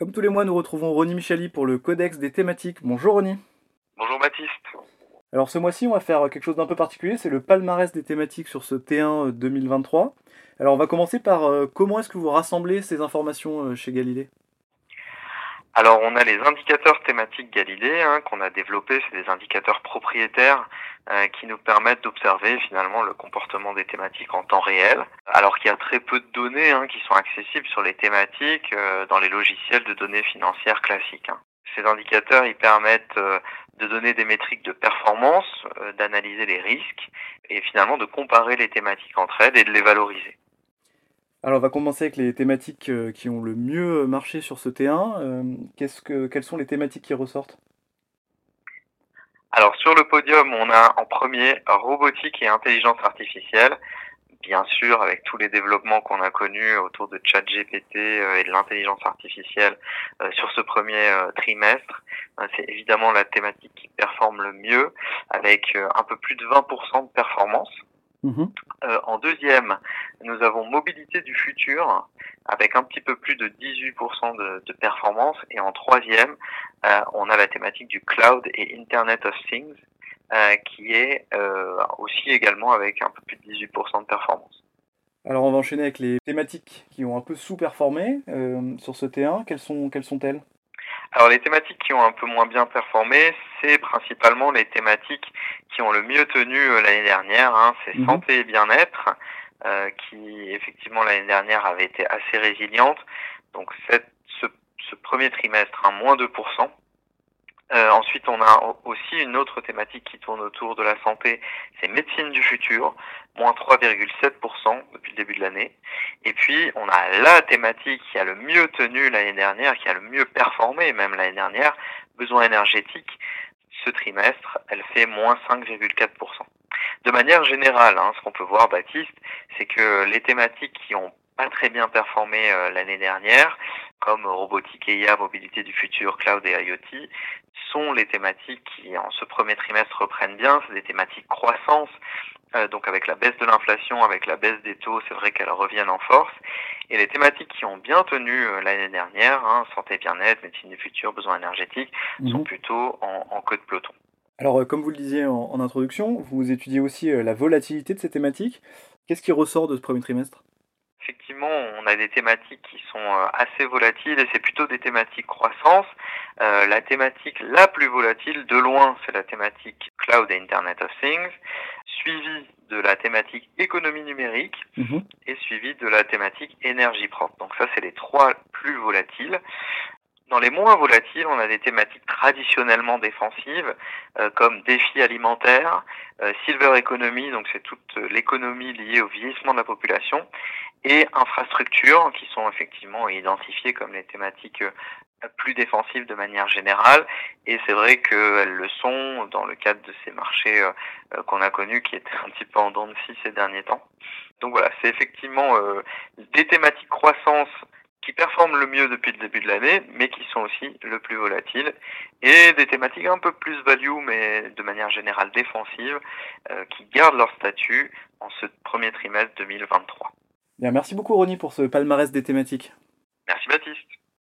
Comme tous les mois, nous retrouvons Ronnie Michali pour le Codex des thématiques. Bonjour Ronnie. Bonjour Baptiste. Alors ce mois-ci, on va faire quelque chose d'un peu particulier, c'est le palmarès des thématiques sur ce T1 2023. Alors on va commencer par comment est-ce que vous rassemblez ces informations chez Galilée? Alors on a les indicateurs thématiques Galilée qu'on a développés, c'est des indicateurs propriétaires qui nous permettent d'observer finalement le comportement des thématiques en temps réel, alors qu'il y a très peu de données qui sont accessibles sur les thématiques dans les logiciels de données financières classiques. Ces indicateurs ils permettent de donner des métriques de performance, d'analyser les risques et finalement de comparer les thématiques entre elles et de les valoriser. Alors on va commencer avec les thématiques qui ont le mieux marché sur ce T1. Quelles sont les thématiques qui ressortent? Alors sur le podium, on a en premier robotique et intelligence artificielle, bien sûr avec tous les développements qu'on a connus autour de ChatGPT et de l'intelligence artificielle sur ce premier trimestre. C'est évidemment la thématique qui performe le mieux avec un peu plus de 20% de performance. Mhm. En deuxième, nous avons mobilité du futur avec un petit peu plus de 18% de performance. Et en troisième, on a la thématique du cloud et Internet of Things qui est aussi également avec un peu plus de 18% de performance. Alors on va enchaîner avec les thématiques qui ont un peu sous-performé sur ce T1. Quelles sont-elles? Alors les thématiques qui ont un peu moins bien performé, c'est principalement les thématiques qui ont le mieux tenu l'année dernière. C'est Mhm. santé et bien-être, qui effectivement l'année dernière avait été assez résiliente. Donc ce premier trimestre, moins 2%. Ensuite, on a aussi une autre thématique qui tourne autour de la santé, c'est médecine du futur, moins 3,7% depuis le début de l'année. Et puis, on a la thématique qui a le mieux tenu l'année dernière, qui a le mieux performé même l'année dernière, besoins énergétiques. Ce trimestre, elle fait moins 5,4%. De manière générale, ce qu'on peut voir, Baptiste, c'est que les thématiques qui ont pas très bien performé l'année dernière, comme robotique et IA, mobilité du futur, cloud et IoT, sont les thématiques qui, en ce premier trimestre, reprennent bien. C'est des thématiques croissance, donc avec la baisse de l'inflation, avec la baisse des taux, c'est vrai qu'elles reviennent en force. Et les thématiques qui ont bien tenu l'année dernière, santé, bien-être, médecine du futur, besoins énergétiques, sont Mhm. plutôt en queue de peloton. Alors, comme vous le disiez en introduction, vous étudiez aussi la volatilité de ces thématiques. Qu'est-ce qui ressort de ce premier trimestre? Effectivement, on a des thématiques qui sont assez volatiles et c'est plutôt des thématiques croissance. La thématique la plus volatile, de loin, c'est la thématique Cloud et Internet of Things, suivie de la thématique économie numérique Mhm. et suivie de la thématique énergie propre. Donc ça, c'est les trois plus volatiles. Dans les moins volatiles, on a des thématiques traditionnellement défensives, comme défis alimentaires, silver economy, donc c'est toute l'économie liée au vieillissement de la population, et infrastructures, qui sont effectivement identifiées comme les thématiques plus défensives de manière générale. Et c'est vrai qu'elles le sont dans le cadre de ces marchés qu'on a connus, qui étaient un petit peu en dents de scie ces derniers temps. Donc voilà, c'est effectivement des thématiques croissance qui performent le mieux depuis le début de l'année, mais qui sont aussi le plus volatiles, et des thématiques un peu plus value, mais de manière générale défensive, qui gardent leur statut en ce premier trimestre 2023. Bien, merci beaucoup Ronnie pour ce palmarès des thématiques. Merci Baptiste.